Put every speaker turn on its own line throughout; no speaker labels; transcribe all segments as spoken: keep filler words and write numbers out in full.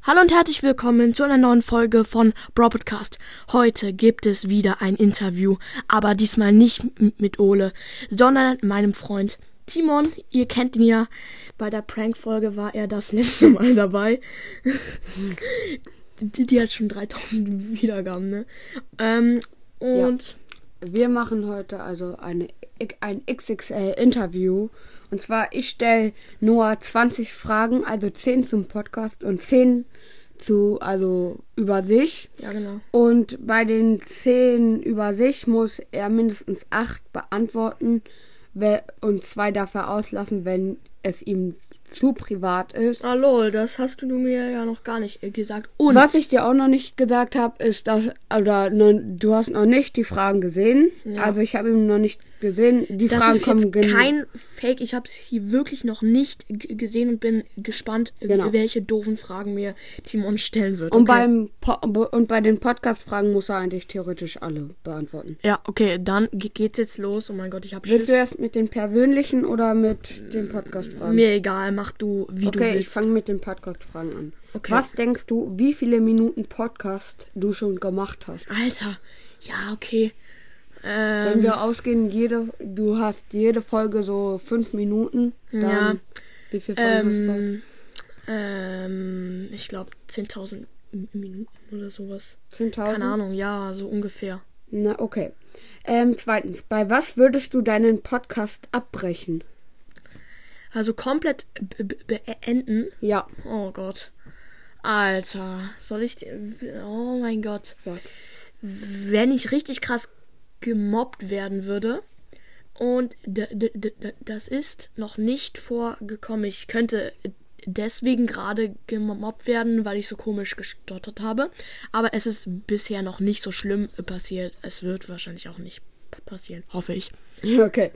Hallo und herzlich willkommen zu einer neuen Folge von Brawl Podcast. Heute gibt es wieder ein Interview, aber diesmal nicht m- mit Ole, sondern meinem Freund Timon. Ihr kennt ihn ja, bei der Prank-Folge war er das letzte Mal dabei. die, die hat schon dreitausend Wiedergaben, ne? Ähm, und...
Ja. Wir machen heute also eine, ein X X L-Interview. Und zwar, ich stelle Noah zwanzig Fragen, also zehn zum Podcast und zehn zu, also über sich.
Ja, genau.
Und bei den zehn über sich muss er mindestens acht beantworten und zwei darf er auslassen, wenn es ihm zu privat ist.
Ah lol, das hast du mir ja noch gar nicht gesagt. Und
was ich dir auch noch nicht gesagt habe, ist, dass, oder ne, du hast noch nicht die Fragen gesehen. Ja. Also ich habe ihn noch nicht gesehen. Die
das
Fragen
ist
kommen
jetzt
gen-
kein Fake. Ich habe es hier wirklich noch nicht g- gesehen und bin gespannt,
genau.
welche doofen Fragen mir Timon stellen wird.
Und,
okay.
beim po- und bei den Podcast-Fragen muss er eigentlich theoretisch alle beantworten.
Ja, okay, dann g- geht's jetzt los. Oh mein Gott, ich habe
Willst
Schiss.
du erst mit den persönlichen oder mit den Podcast-Fragen?
Mir egal, mach du, wie
okay,
du willst.
Okay, ich fange mit den Podcast-Fragen an.
Okay.
Was denkst du, wie viele Minuten Podcast du schon gemacht hast?
Alter, ja, okay. Ähm,
Wenn wir ausgehen, jede, du hast jede Folge so fünf Minuten, dann
ja,
wie viele Folgen hast du?
ähm, ähm, ich glaube zehntausend Minuten oder sowas.
zehntausend?
Keine Ahnung, ja, so ungefähr.
Na, okay. Ähm, zweitens, bei was würdest du deinen Podcast abbrechen?
Also komplett b- b- beenden?
Ja.
Oh Gott. Alter, soll ich... Oh mein Gott.
Sag.
Wenn ich richtig krass gemobbt werden würde und d- d- d- das ist noch nicht vorgekommen. Ich könnte deswegen gerade gemobbt werden, weil ich so komisch gestottert habe. Aber es ist bisher noch nicht so schlimm passiert. Es wird wahrscheinlich auch nicht passieren, hoffe ich.
Okay.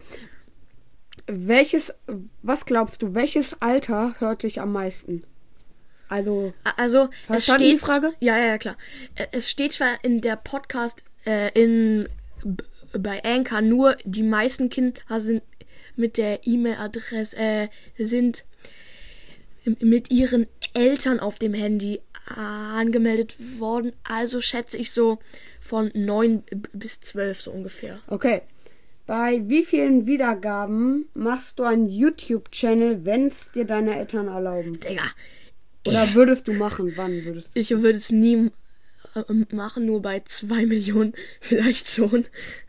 Welches, was glaubst du, welches Alter hört dich am meisten? Also,
Also, es
verstanden
steht...
die Frage?
Ja, ja, ja, klar. Es steht zwar in der Podcast, äh, in, b- bei Anchor nur, die meisten Kinder sind mit der E-Mail-Adresse, äh, sind mit ihren Eltern auf dem Handy angemeldet worden. Also schätze ich so von neun bis zwölf so ungefähr.
Okay. Bei wie vielen Wiedergaben machst du einen YouTube-Channel, wenn es dir deine Eltern erlauben?
Digga,
Oder würdest du machen? Wann würdest du?
ich würde es nie äh, machen, nur bei zwei Millionen vielleicht schon.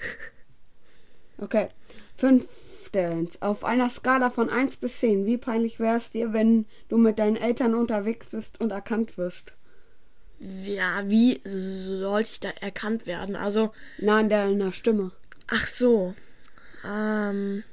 Okay. Fünftens. Auf einer Skala von eins bis zehn, wie peinlich wäre es dir, wenn du mit deinen Eltern unterwegs bist und erkannt wirst?
Ja, wie sollte ich da erkannt werden? Also,
Na, in deiner Stimme.
ach so. Ähm,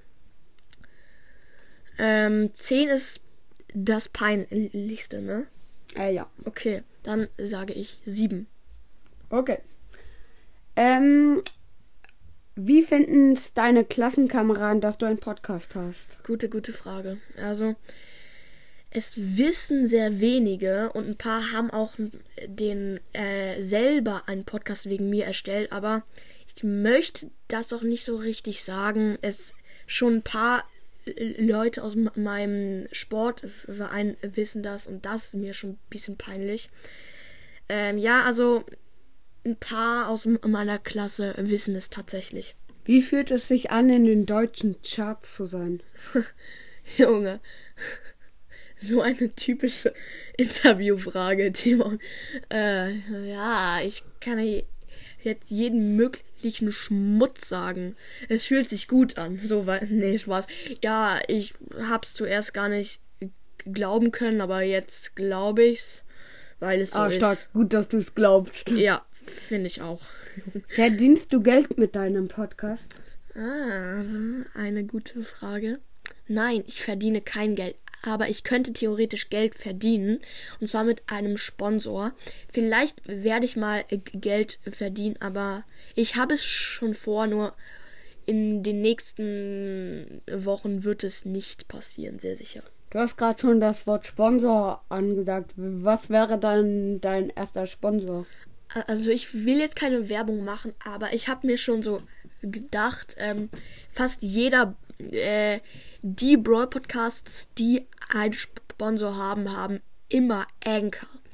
ähm, zehn ist das Peinlichste, ne?
Äh, ja.
Okay, dann sage ich sieben.
Okay. Ähm, wie finden es deine Klassenkameraden, dass du einen Podcast hast?
Gute, gute Frage. Also, es wissen sehr wenige und ein paar haben auch den äh, selber einen Podcast wegen mir erstellt, aber ich möchte das auch nicht so richtig sagen. Es schon ein paar Leute aus m- meinem Sportverein wissen das und das ist mir schon ein bisschen peinlich. Ähm, ja, also ein paar aus m- meiner Klasse wissen es tatsächlich.
Wie fühlt es sich an, in den deutschen Charts zu sein?
Junge, so eine typische Interviewfrage, Timon. Äh, ja, ich kann ja jetzt jeden möglichen Schmutz sagen. Es fühlt sich gut an. So, weil, nee, Spaß. Ja, ich hab's zuerst gar nicht glauben können, aber jetzt glaube ich's, weil es so
ah,
ist.
stark. Gut, dass du es glaubst.
Ja, finde ich auch.
Verdienst du Geld mit deinem Podcast?
Ah, eine gute Frage. Nein, ich verdiene kein Geld. Aber ich könnte theoretisch Geld verdienen. Und zwar mit einem Sponsor. Vielleicht werde ich mal äh, Geld verdienen, aber ich habe es schon vor, nur in den nächsten Wochen wird es nicht passieren, sehr sicher.
Du hast gerade schon das Wort Sponsor angesagt. Was wäre dann dein erster Sponsor?
Also ich will jetzt keine Werbung machen, aber ich habe mir schon so gedacht, ähm, fast jeder, äh, die Brawl Podcasts, die einen Sponsor haben, haben immer Anchor.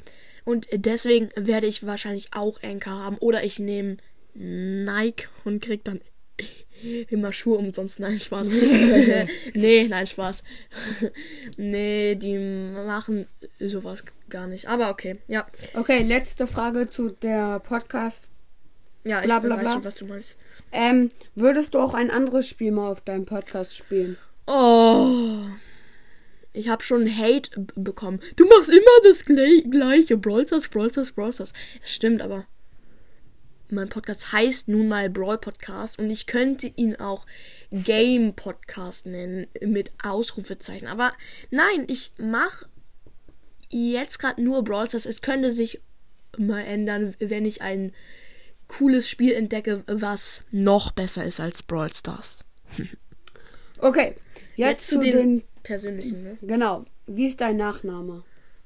Und deswegen werde ich wahrscheinlich auch Anchor haben. Oder ich nehme Nike und krieg dann immer Schuhe umsonst. Nein, Spaß. nee, nein, Spaß. nee, die machen sowas gar nicht. Aber okay, ja.
Okay, letzte Frage zu der Podcast.
Ja, ich
Bla, bla,
weiß
bla.
schon, was du meinst.
Ähm, würdest du auch ein anderes Spiel mal auf deinem Podcast spielen?
Oh. Ich habe schon Hate b- bekommen. Du machst immer das gle- gleiche. Brawl Stars, Brawl Stars, Brawl Stars. Stimmt, aber mein Podcast heißt nun mal Brawl Podcast und ich könnte ihn auch Game Podcast nennen mit Ausrufezeichen. Aber nein, ich mache jetzt gerade nur Brawl Stars. Es könnte sich mal ändern, wenn ich ein cooles Spiel entdecke, was noch besser ist als Brawl Stars.
Okay, jetzt,
Jetzt zu
zu
den,
den...
persönlichen, ne?
Genau, wie ist dein Nachname?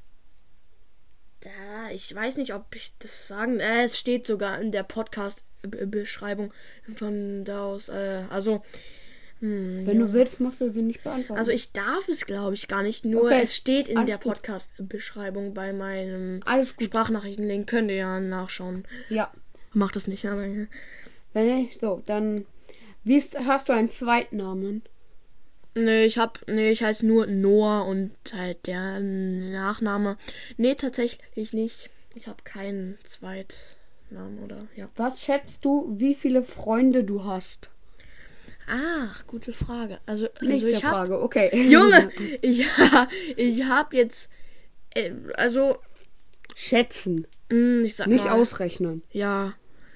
Da, ich weiß nicht, ob ich das sagen. Äh, es steht sogar in der Podcast-Beschreibung von da aus. Äh, also, hm,
Wenn
ja.
du willst, musst du sie nicht beantworten.
Also ich darf es, glaube ich, gar nicht. Nur
Okay,
es steht in
alles
der
gut.
Podcast-Beschreibung bei meinem
Alles gut.
Sprachnachrichtenlink. Könnt ihr ja nachschauen.
Ja,
Macht das nicht, aber ja.
wenn nicht, so, dann... Wie ist, hast du einen Zweitnamen?
Nee, ich hab, nee, ich heiße nur Noah und halt der Nachname. Nee, tatsächlich nicht. Ich habe keinen Zweitnamen oder, ja.
Was schätzt du, wie viele Freunde du hast?
Ach, gute Frage. Also,
Nicht
also
der
ich hab,
Frage, okay.
Junge, ich, ich hab jetzt, äh, also,
Schätzen,
mh, ich sag
nicht
mal,
ausrechnen.
ja,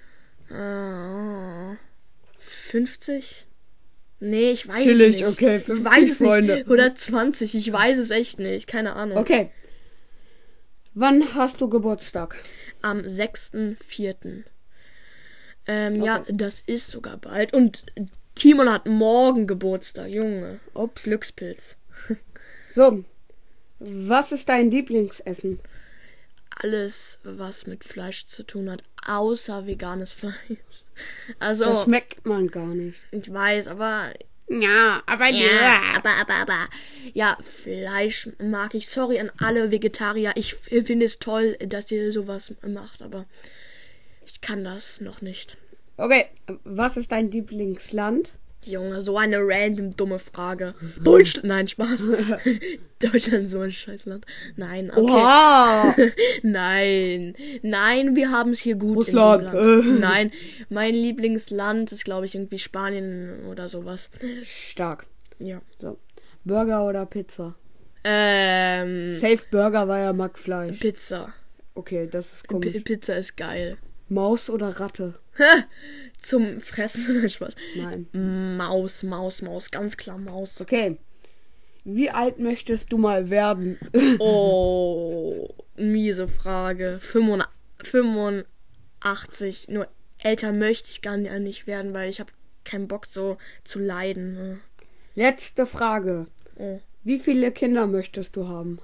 äh, fünfzig? Nee, ich weiß
Chillig,
es nicht.
okay,
ich
fünfzig
weiß es
Freunde.
nicht. Oder zwanzig, ich weiß es echt nicht. Keine Ahnung.
Okay. Wann hast du Geburtstag?
Am sechsten vierten Ähm, ja,
Okay.
das ist sogar bald. Und Timon hat morgen Geburtstag, Junge.
Ups.
Glückspilz.
So, was ist dein Lieblingsessen?
Alles, was mit Fleisch zu tun hat, außer veganes Fleisch. Also,
Das schmeckt man gar nicht.
ich weiß, aber
Ja, aber
ja, aber, aber, aber. Ja, Fleisch mag ich. Sorry an alle Vegetarier. Ich f- finde es toll, dass ihr sowas macht, aber ich kann das noch nicht.
Okay, was ist dein Lieblingsland?
Junge, so eine random dumme Frage. Deutschland, nein, Spaß. Deutschland, so ein Scheißland. Nein, okay.
Oha!
Nein, nein, wir haben es hier gut.
Russland.
In dem Land. Nein, mein Lieblingsland ist, glaube ich, irgendwie Spanien oder sowas.
Stark.
Ja.
So, Burger oder Pizza?
Ähm,
Safe Burger, weil er mag Fleisch.
Pizza.
Okay, das ist
P
komisch.
Pizza ist geil.
Maus oder Ratte?
Zum Fressen, nein, Spaß.
Nein.
Maus, Maus, Maus, ganz klar Maus.
Okay. Wie alt möchtest du mal werden?
Oh, miese Frage. fünfundachtzig. Nur älter möchte ich gar nicht werden, weil ich habe keinen Bock so zu leiden. Ne?
Letzte Frage.
Oh.
Wie viele Kinder möchtest du haben?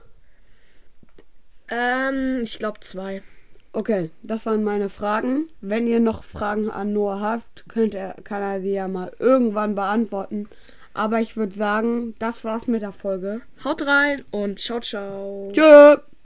Ähm, ich glaube zwei.
Okay, das waren meine Fragen. Wenn ihr noch Fragen an Noah habt, könnt er, kann er sie ja mal irgendwann beantworten. Aber ich würde sagen, das war's mit der Folge.
Haut rein und ciao, ciao.
Tschö!